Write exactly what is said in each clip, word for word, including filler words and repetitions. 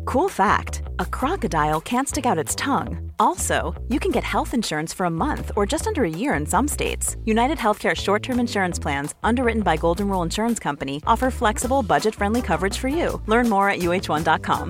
Cool fact, a crocodile can't stick out its tongue. Also, you can get health insurance for a month or just under a year in some states. United Healthcare short-term insurance plans, underwritten by Golden Rule Insurance Company, offer flexible, budget-friendly coverage for you. Learn more at U H one dot com.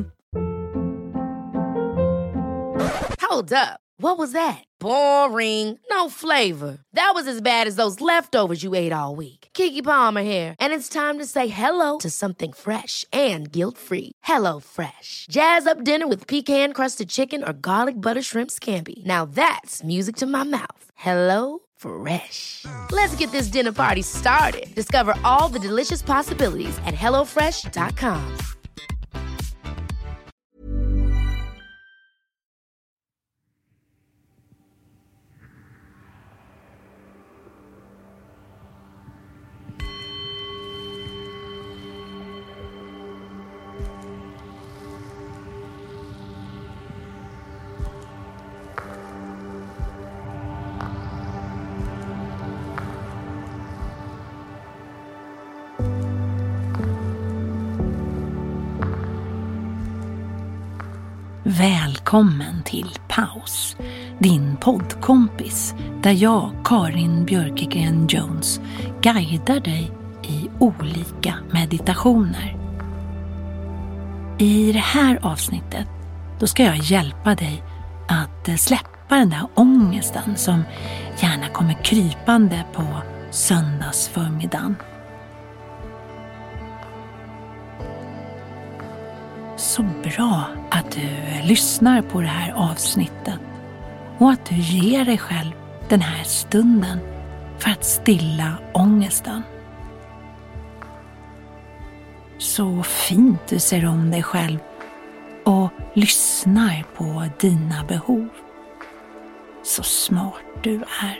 Hold up. What was that? Boring. No flavor. That was as bad as those leftovers you ate all week. Keke Palmer here, and it's time to say hello to something fresh and guilt-free. Hello Fresh. Jazz up dinner with pecan-crusted chicken or garlic butter shrimp scampi. Now that's music to my mouth. Hello Fresh. Let's get this dinner party started. Discover all the delicious possibilities at hello fresh dot com. Välkommen till Paus, din poddkompis där jag, Karin Björkegren Jones, guidar dig i olika meditationer. I det här avsnittet då ska jag hjälpa dig att släppa den där ångesten som gärna kommer krypande på söndagsförmiddagen. Så bra att du lyssnar på det här avsnittet och att du ger dig själv den här stunden för att stilla ångesten. Så fint du ser om dig själv och lyssnar på dina behov. Så smart du är.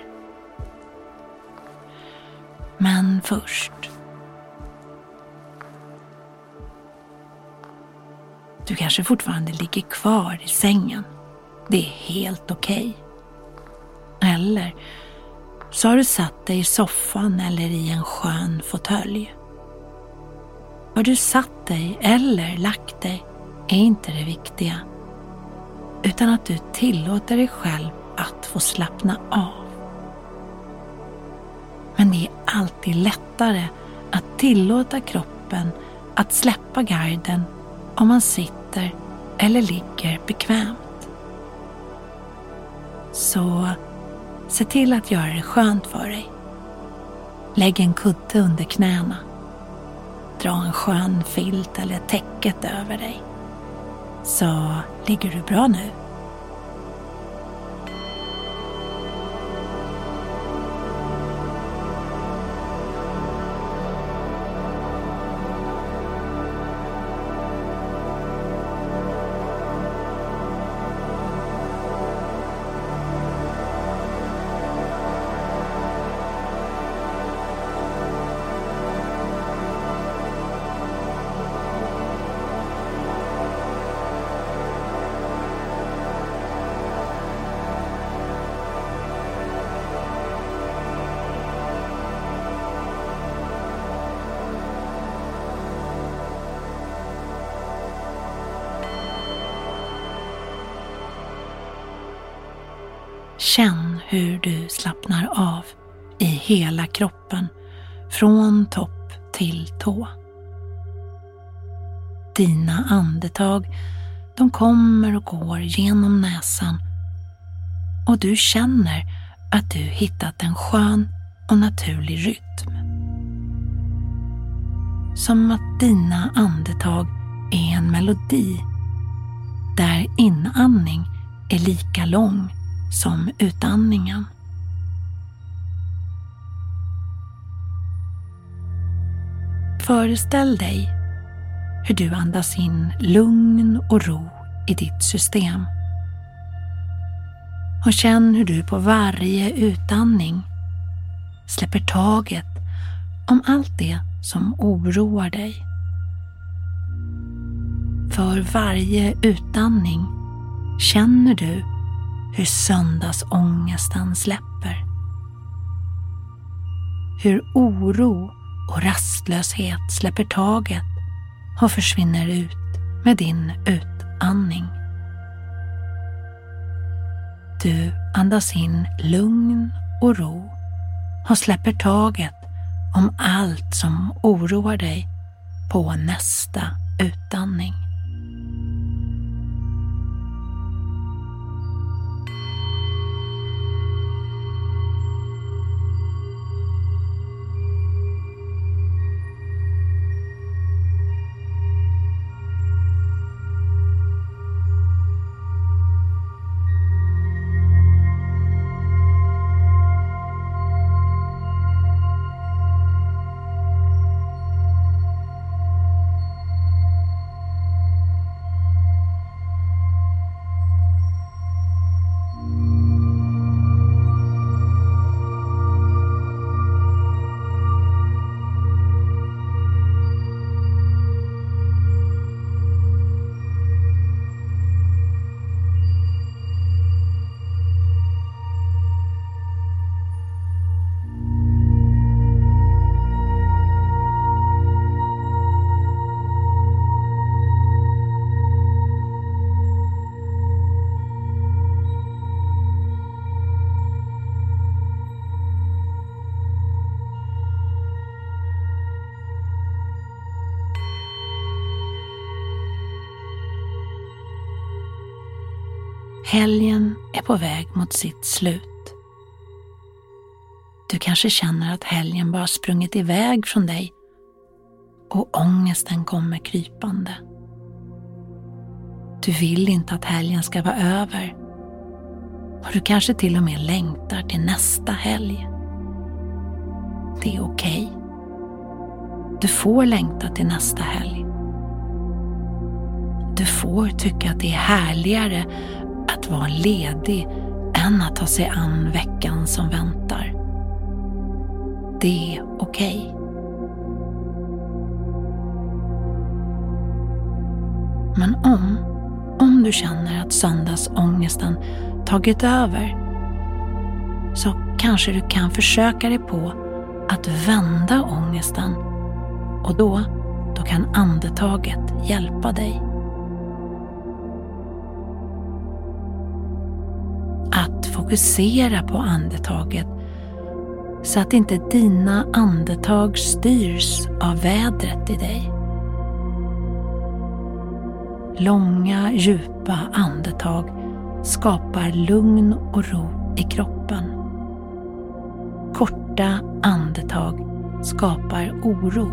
Men först, du kanske fortfarande ligger kvar i sängen. Det är helt okej. Eller så har du satt dig i soffan eller i en skön fåtölj. Har du satt dig eller lagt dig är inte det viktiga. Utan att du tillåter dig själv att få slappna av. Men det är alltid lättare att tillåta kroppen att släppa garden om man sitter eller ligger bekvämt. Så se till att göra det skönt för dig. Lägg en kudde under knäna. Dra en skön filt eller täcket över dig. Så ligger du bra nu. Känn hur du slappnar av i hela kroppen från topp till tå. Dina andetag, de kommer och går genom näsan och du känner att du hittat en skön och naturlig rytm. Som att dina andetag är en melodi där inandning är lika lång som utandningen. Föreställ dig hur du andas in lugn och ro i ditt system. Och känn hur du på varje utandning släpper taget om allt det som oroar dig. För varje utandning känner du hur söndagsångesten släpper. Hur oro och rastlöshet släpper taget och försvinner ut med din utandning. Du andas in lugn och ro och släpper taget om allt som oroar dig på nästa utandning. Helgen är på väg mot sitt slut. Du kanske känner att helgen bara sprungit iväg från dig och ångesten kommer krypande. Du vill inte att helgen ska vara över och du kanske till och med längtar till nästa helg. Det är okej. Du får längta till nästa helg. Du får tycka att det är härligare att vara ledig än att ta sig an veckan som väntar. Det är okej. Men om, om du känner att söndagsångesten tagit över, så kanske du kan försöka dig på att vända ångesten, och då, då kan andetaget hjälpa dig. Att fokusera på andetaget så att inte dina andetag styrs av vädret i dig. Långa, djupa andetag skapar lugn och ro i kroppen. Korta andetag skapar oro.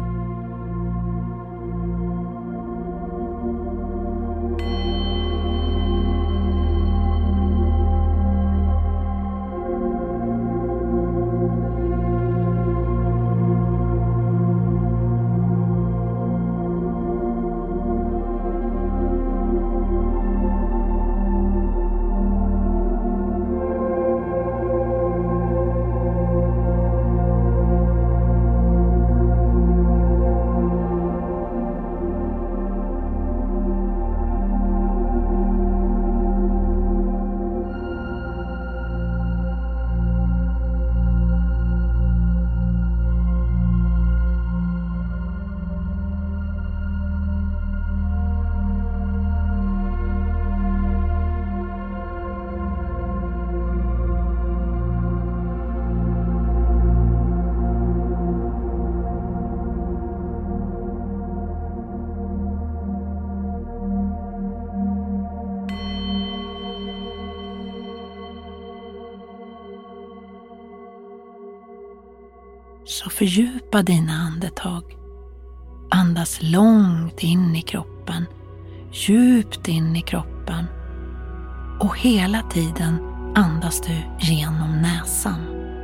Så fördjupa dina andetag. Andas långt in i kroppen, djupt in i kroppen, och hela tiden andas du genom näsan.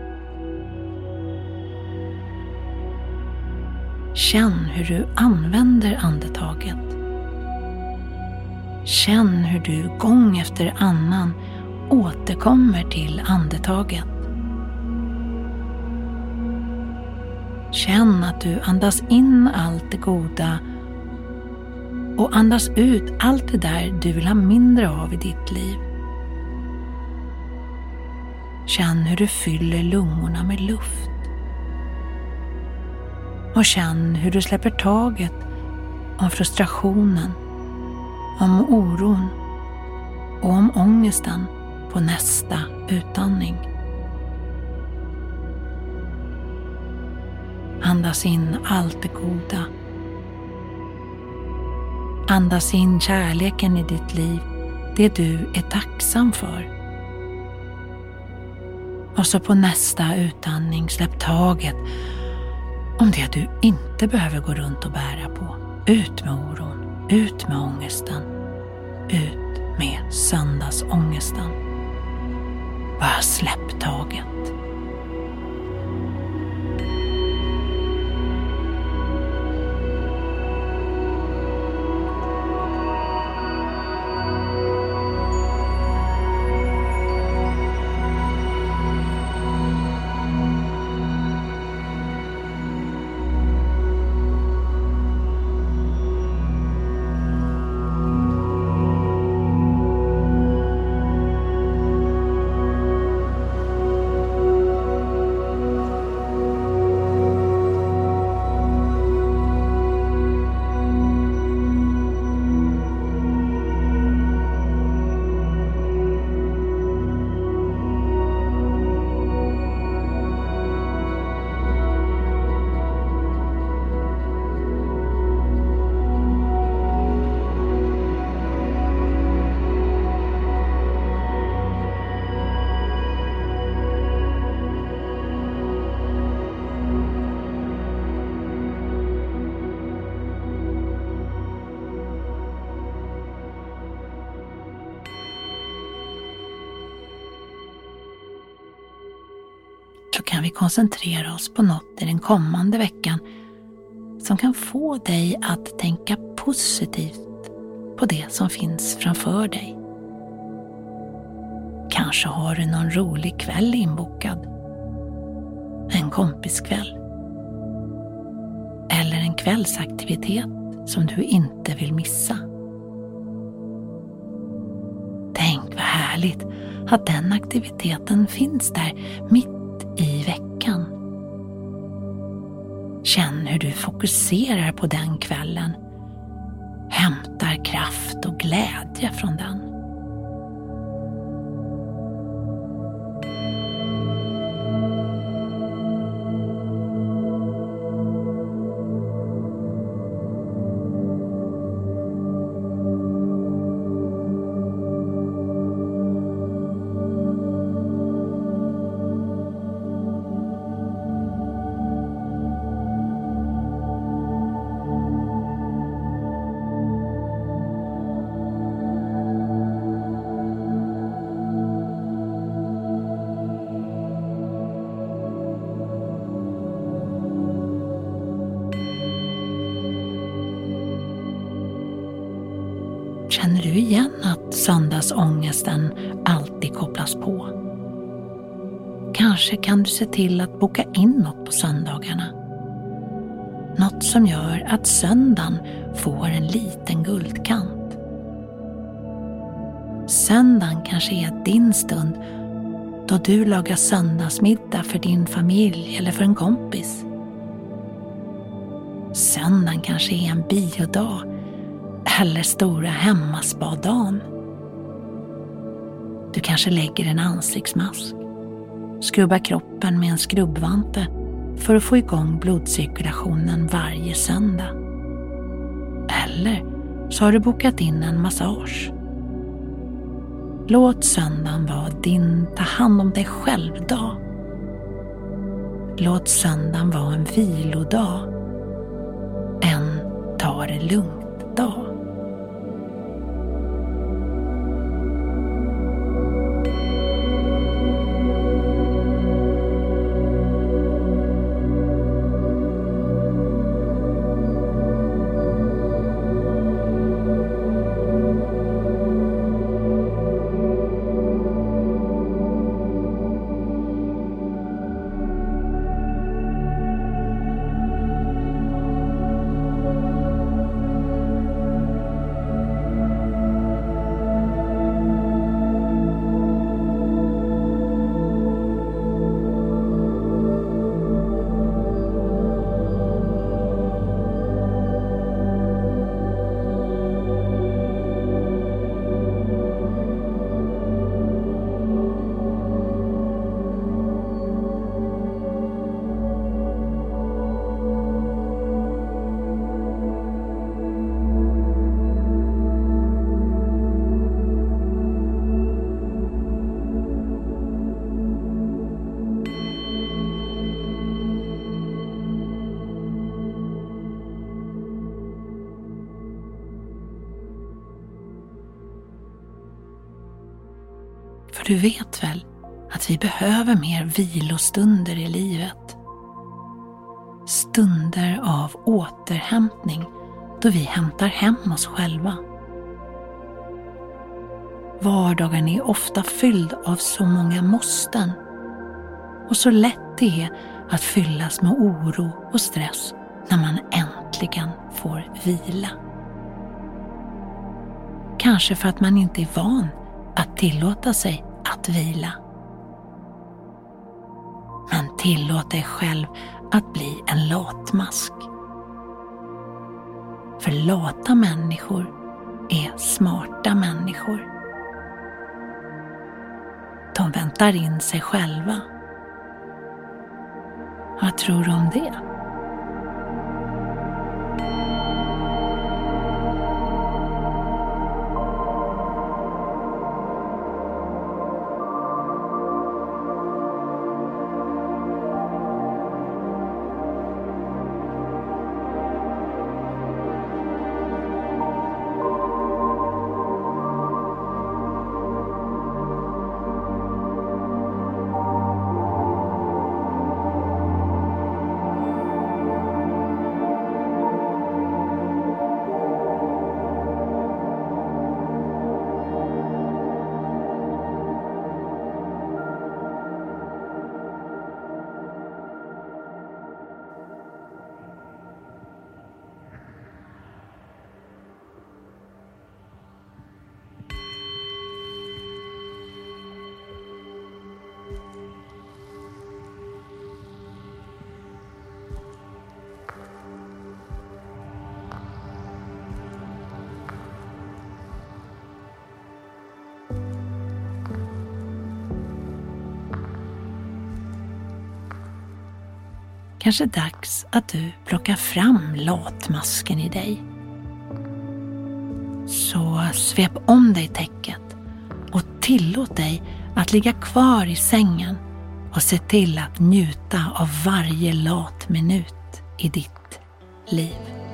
Känn hur du använder andetaget. Känn hur du gång efter annan återkommer till andetaget. Känn att du andas in allt det goda och andas ut allt det där du vill ha mindre av i ditt liv. Känn hur du fyller lungorna med luft. Och känn hur du släpper taget om frustrationen om oron och om ångesten på nästa utandning. Andas in allt det goda. Andas in kärleken i ditt liv, det du är tacksam för. Och så på nästa utandning släpp taget om det du inte behöver gå runt och bära på. Ut med oron, ut med ångesten, ut med söndagsångesten. Bara släpp taget. Så kan vi koncentrera oss på något i den kommande veckan som kan få dig att tänka positivt på det som finns framför dig. Kanske har du någon rolig kväll inbokad. En kompiskväll. Eller en kvällsaktivitet som du inte vill missa. Tänk vad härligt att den aktiviteten finns där mitt i veckan. Känn hur du fokuserar på den kvällen. Hämtar kraft och glädje från den. Känner du igen att söndagsångesten alltid kopplas på? Kanske kan du se till att boka in något på söndagarna. Något som gör att söndagen får en liten guldkant. Söndagen kanske är din stund då du lagar söndagsmiddag för din familj eller för en kompis. Söndagen kanske är en biodag eller stora hemmaspadan. Du kanske lägger en ansiktsmask, skrubbar kroppen med en skrubbvante för att få igång blodcirkulationen varje söndag. Eller så har du bokat in en massage. Låt söndagen vara din ta hand om dig själv-dag. Låt söndagen vara en vilodag. En ta det lugnt-dag. För du vet väl att vi behöver mer vilostunder i livet. Stunder av återhämtning då vi hämtar hem oss själva. Vardagen är ofta fylld av så många måsten och så lätt det är att fyllas med oro och stress när man äntligen får vila. Kanske för att man inte är van att tillåta sig att vila. Men tillåt dig själv att bli en latmask. För lata människor är smarta människor. De väntar in sig själva. Vad tror du om det? Kanske dags att du plockar fram latmasken i dig. Så svep om dig täcket och tillåt dig att ligga kvar i sängen och se till att njuta av varje lat minut i ditt liv.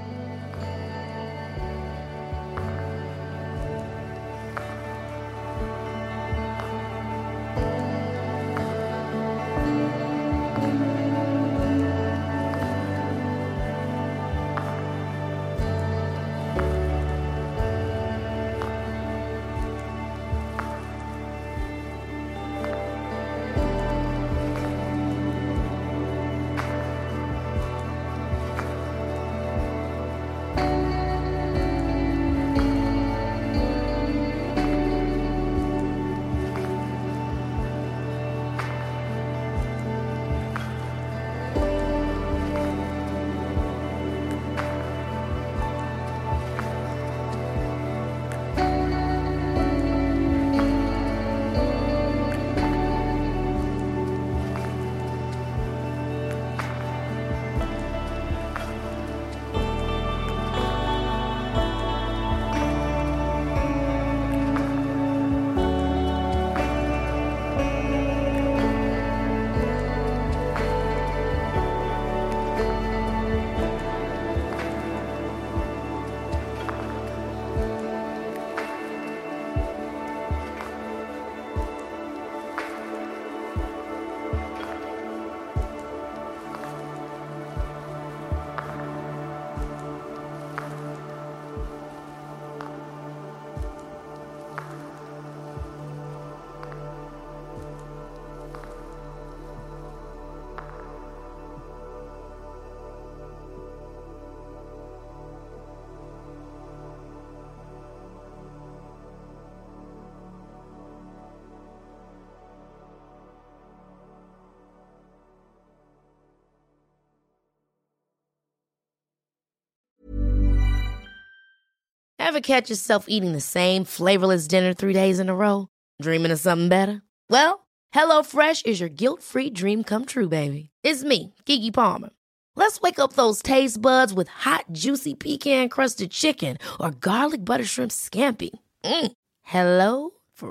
Ever catch yourself eating the same flavorless dinner three days in a row? Dreaming of something better? Well, HelloFresh is your guilt-free dream come true, baby. It's me, Keke Palmer. Let's wake up those taste buds with hot, juicy pecan-crusted chicken or garlic butter shrimp scampi. Mm. Hello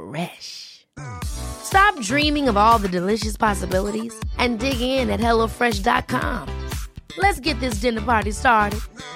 Fresh. Stop dreaming of all the delicious possibilities and dig in at hello fresh dot com. Let's get this dinner party started.